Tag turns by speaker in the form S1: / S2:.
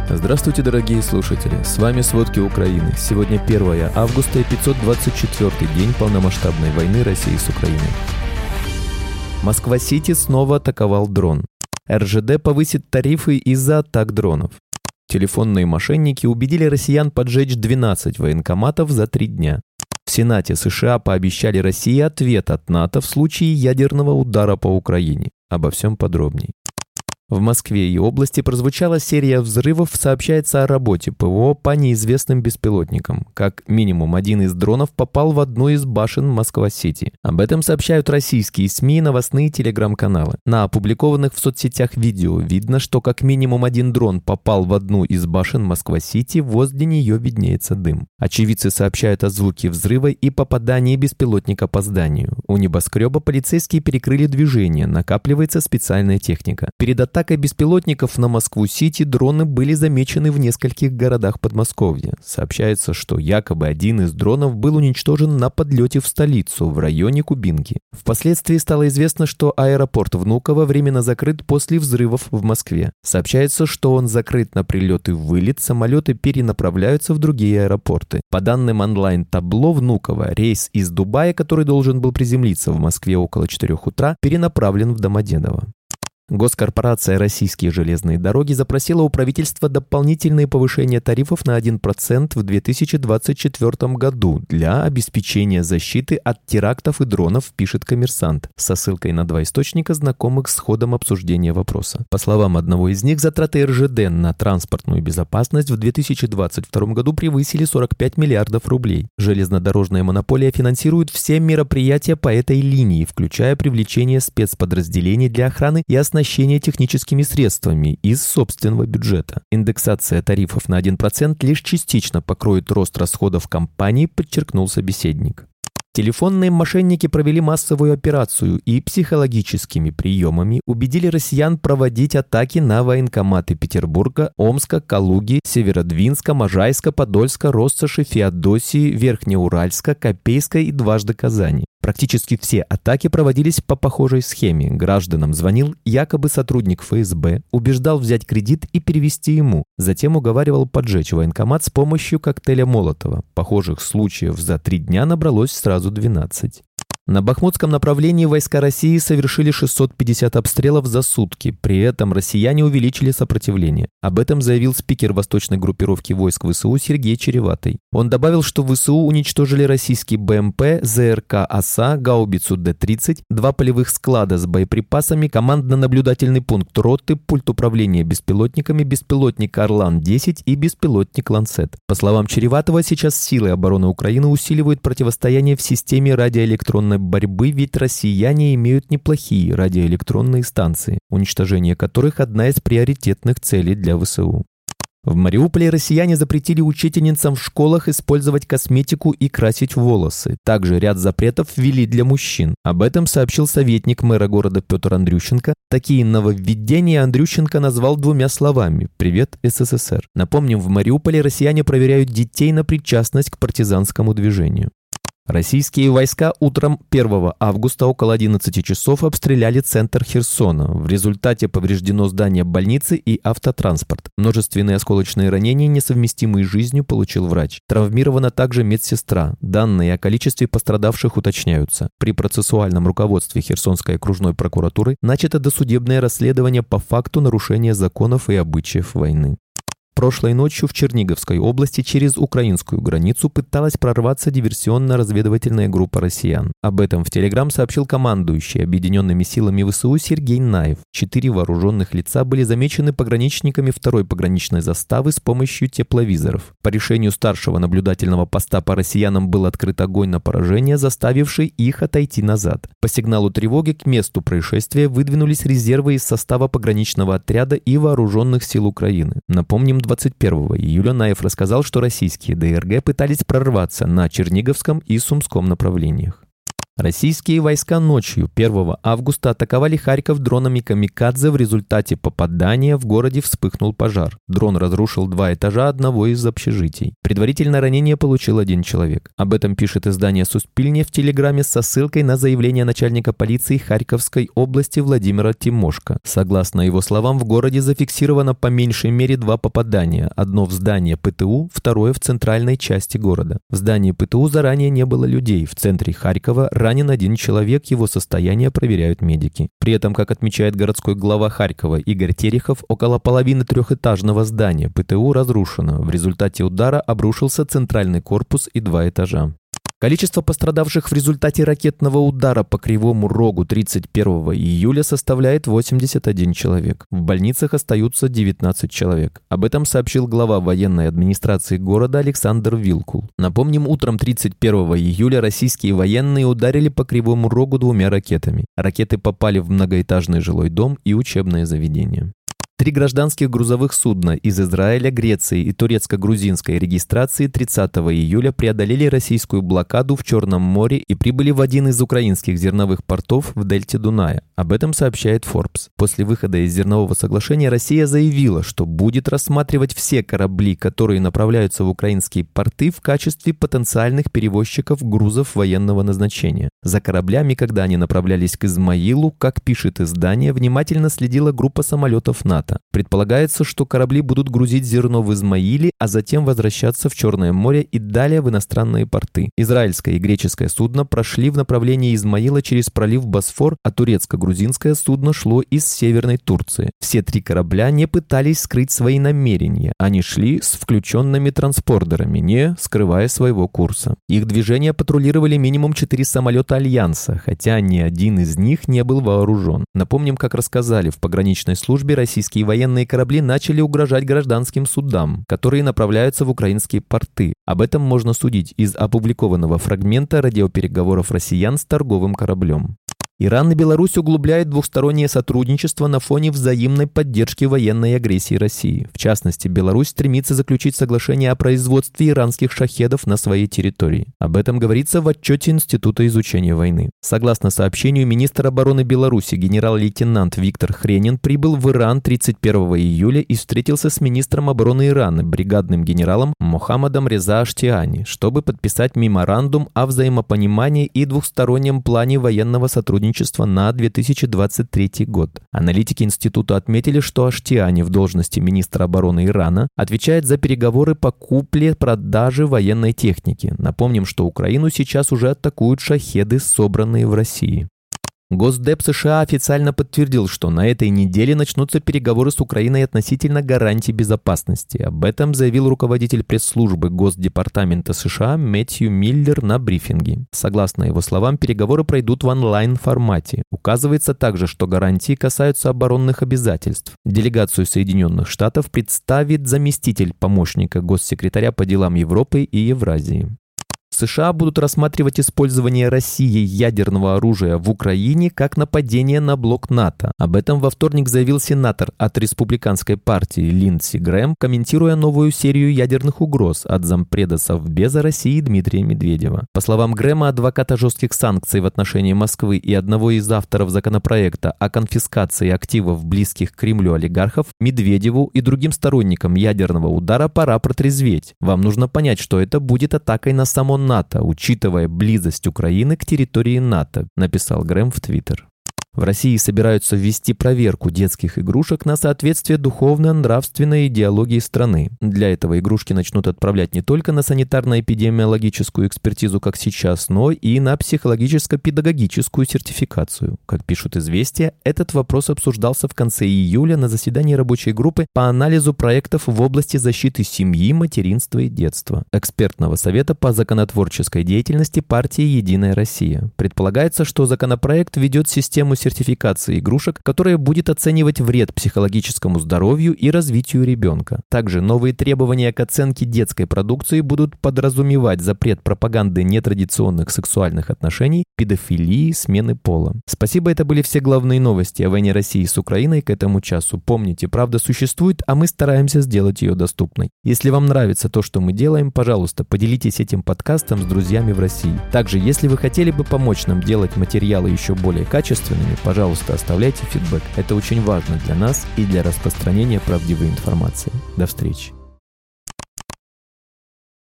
S1: Здравствуйте, дорогие слушатели! С вами «Сводки Украины». Сегодня 1 августа и 524-й день полномасштабной войны России с Украиной. Москва-Сити снова атаковал дрон. РЖД повысит тарифы из-за атак дронов. Телефонные мошенники убедили россиян поджечь 12 военкоматов за 3 дня. В Сенате США пообещали России ответ от НАТО в случае ядерного удара по Украине. Обо всем подробней. В Москве и области прозвучала серия взрывов, сообщается о работе ПВО по неизвестным беспилотникам. Как минимум один из дронов попал в одну из башен Москва-Сити. Об этом сообщают российские СМИ и новостные телеграм-каналы. На опубликованных в соцсетях видео видно, что как минимум один дрон попал в одну из башен Москва-Сити, возле нее виднеется дым. Очевидцы сообщают о звуке взрыва и попадании беспилотника по зданию. У небоскреба полицейские перекрыли движение, накапливается специальная техника. Перед атакой беспилотников на Москву-Сити дроны были замечены в нескольких городах Подмосковья. Сообщается, что якобы один из дронов был уничтожен на подлете в столицу, в районе Кубинки. Впоследствии стало известно, что аэропорт Внуково временно закрыт после взрывов в Москве. Сообщается, что он закрыт на прилет и вылет, самолеты перенаправляются в другие аэропорты. По данным онлайн-табло Внуково, рейс из Дубая, который должен был приземлиться в Москве около 4 утра, перенаправлен в Домодедово. Госкорпорация «Российские железные дороги» запросила у правительства дополнительные повышения тарифов на 1% в 2024 году для обеспечения защиты от терактов и дронов, пишет «Коммерсант», со ссылкой на 2 источника, знакомых с ходом обсуждения вопроса. По словам одного из них, затраты РЖД на транспортную безопасность в 2022 году превысили 45 миллиардов рублей. Железнодорожная монополия финансирует все мероприятия по этой линии, включая привлечение спецподразделений для охраны и оснащения техническими средствами из собственного бюджета. Индексация тарифов на 1% лишь частично покроет рост расходов компании, подчеркнул собеседник. Телефонные мошенники провели массовую операцию и психологическими приемами убедили россиян проводить атаки на военкоматы Петербурга, Омска, Калуги, Северодвинска, Можайска, Подольска, Россоши, Феодосии, Верхнеуральска, Копейска и дважды Казани. Практически все атаки проводились по похожей схеме. Гражданам звонил якобы сотрудник ФСБ, убеждал взять кредит и перевести ему. Затем уговаривал поджечь военкомат с помощью коктейля Молотова. Похожих случаев за 3 дня набралось сразу 12. На Бахмутском направлении войска России совершили 650 обстрелов за сутки. При этом россияне увеличили сопротивление. Об этом заявил спикер восточной группировки войск ВСУ Сергей Череватый. Он добавил, что ВСУ уничтожили российский БМП, ЗРК «Оса», гаубицу Д-30, 2 полевых склада с боеприпасами, командно-наблюдательный пункт роты, пульт управления беспилотниками, беспилотник «Орлан-10» и беспилотник «Ланцет». По словам Череватого, сейчас силы обороны Украины усиливают противостояние в системе радиоэлектронной борьбы, ведь россияне имеют неплохие радиоэлектронные станции, уничтожение которых одна из приоритетных целей для ВСУ. В Мариуполе россияне запретили учительницам в школах использовать косметику и красить волосы. Также ряд запретов ввели для мужчин. Об этом сообщил советник мэра города Петр Андрющенко. Такие нововведения Андрющенко назвал 2 словами: «Привет, СССР». Напомним, в Мариуполе россияне проверяют детей на причастность к партизанскому движению. Российские войска утром 1 августа около 11 часов обстреляли центр Херсона. В результате повреждено здание больницы и автотранспорт. Множественные осколочные ранения, несовместимые с жизнью, получил врач. Травмирована также медсестра. Данные о количестве пострадавших уточняются. При процессуальном руководстве Херсонской окружной прокуратуры начато досудебное расследование по факту нарушения законов и обычаев войны. Прошлой ночью в Черниговской области через украинскую границу пыталась прорваться диверсионно-разведывательная группа россиян. Об этом в Телеграм сообщил командующий объединенными силами ВСУ Сергей Наев. 4 вооруженных лица были замечены пограничниками 2-й пограничной заставы с помощью тепловизоров. По решению старшего наблюдательного поста по россиянам был открыт огонь на поражение, заставивший их отойти назад. По сигналу тревоги к месту происшествия выдвинулись резервы из состава пограничного отряда и вооруженных сил Украины. Напомним, 21 июля Наев рассказал, что российские ДРГ пытались прорваться на Черниговском и Сумском направлениях. Российские войска ночью 1 августа атаковали Харьков дронами «Камикадзе». В результате попадания в городе вспыхнул пожар. Дрон разрушил 2 этажа одного из общежитий. Предварительно ранение получил 1 человек. Об этом пишет издание «Суспильне» в Телеграме со ссылкой на заявление начальника полиции Харьковской области Владимира Тимошко. Согласно его словам, в городе зафиксировано по меньшей мере 2 попадания. Одно в здание ПТУ, второе в центральной части города. В здании ПТУ заранее не было людей. В центре Харькова ранен 1 человек, его состояние проверяют медики. При этом, как отмечает городской глава Харькова Игорь Терехов, около половины 3-этажного здания ПТУ разрушено. В результате удара обрушился центральный корпус и 2 этажа. Количество пострадавших в результате ракетного удара по Кривому Рогу 31 июля составляет 81 человек. В больницах остаются 19 человек. Об этом сообщил глава военной администрации города Александр Вилкул. Напомним, утром 31 июля российские военные ударили по Кривому Рогу 2 ракетами. Ракеты попали в многоэтажный жилой дом и учебное заведение. 3 гражданских грузовых судна из Израиля, Греции и турецко-грузинской регистрации 30 июля преодолели российскую блокаду в Черном море и прибыли в один из украинских зерновых портов в дельте Дуная. Об этом сообщает Forbes. После выхода из зернового соглашения Россия заявила, что будет рассматривать все корабли, которые направляются в украинские порты, в качестве потенциальных перевозчиков грузов военного назначения. За кораблями, когда они направлялись к Измаилу, как пишет издание, внимательно следила группа самолетов НАТО. Предполагается, что корабли будут грузить зерно в Измаиле, а затем возвращаться в Черное море и далее в иностранные порты. Израильское и греческое судно прошли в направлении Измаила через пролив Босфор, а турецко-грузинское судно шло из Северной Турции. Все 3 корабля не пытались скрыть свои намерения. Они шли с включенными транспордерами, не скрывая своего курса. Их движение патрулировали минимум 4 самолета Альянса, хотя ни один из них не был вооружен. Напомним, как рассказали в пограничной службе, российские военные корабли начали угрожать гражданским судам, которые направляются в украинские порты. Об этом можно судить из опубликованного фрагмента радиопереговоров россиян с торговым кораблем. Иран и Беларусь углубляют двухстороннее сотрудничество на фоне взаимной поддержки военной агрессии России. В частности, Беларусь стремится заключить соглашение о производстве иранских шахедов на своей территории. Об этом говорится в отчете Института изучения войны. Согласно сообщению, министр обороны Беларуси генерал-лейтенант Виктор Хренин прибыл в Иран 31 июля и встретился с министром обороны Ирана, бригадным генералом Мохаммадом Реза Аштиани, чтобы подписать меморандум о взаимопонимании и двухстороннем плане военного сотрудничества на 2023 год. Аналитики института отметили, что Аштиани в должности министра обороны Ирана отвечает за переговоры по купле-продаже военной техники. Напомним, что Украину сейчас уже атакуют шахеды, собранные в России. Госдеп США официально подтвердил, что на этой неделе начнутся переговоры с Украиной относительно гарантий безопасности. Об этом заявил руководитель пресс-службы Госдепартамента США Мэтью Миллер на брифинге. Согласно его словам, переговоры пройдут в онлайн-формате. Указывается также, что гарантии касаются оборонных обязательств. Делегацию Соединенных Штатов представит заместитель помощника госсекретаря по делам Европы и Евразии. США будут рассматривать использование Россией ядерного оружия в Украине как нападение на блок НАТО. Об этом во вторник заявил сенатор от республиканской партии Линдси Грэм, комментируя новую серию ядерных угроз от зампреда Совбеза России Дмитрия Медведева. По словам Грэма, адвоката жестких санкций в отношении Москвы и одного из авторов законопроекта о конфискации активов близких к Кремлю олигархов, Медведеву и другим сторонникам ядерного удара пора протрезветь. Вам нужно понять, что это будет атакой на само НАТО, учитывая близость Украины к территории НАТО, написал Грэм в Твиттер. В России собираются ввести проверку детских игрушек на соответствие духовно-нравственной идеологии страны. Для этого игрушки начнут отправлять не только на санитарно-эпидемиологическую экспертизу, как сейчас, но и на психологическо-педагогическую сертификацию. Как пишут «Известия», этот вопрос обсуждался в конце июля на заседании рабочей группы по анализу проектов в области защиты семьи, материнства и детства. Экспертного совета по законотворческой деятельности партии «Единая Россия». Предполагается, что законопроект ведет систему сертификации игрушек, которая будет оценивать вред психологическому здоровью и развитию ребенка. Также новые требования к оценке детской продукции будут подразумевать запрет пропаганды нетрадиционных сексуальных отношений, педофилии, смены пола. Спасибо, это были все главные новости о войне России с Украиной к этому часу. Помните, правда существует, а мы стараемся сделать ее доступной. Если вам нравится то, что мы делаем, пожалуйста, поделитесь этим подкастом с друзьями в России. Также, если вы хотели бы помочь нам делать материалы еще более качественными, пожалуйста, оставляйте фидбэк. Это очень важно для нас и для распространения правдивой информации. До встречи.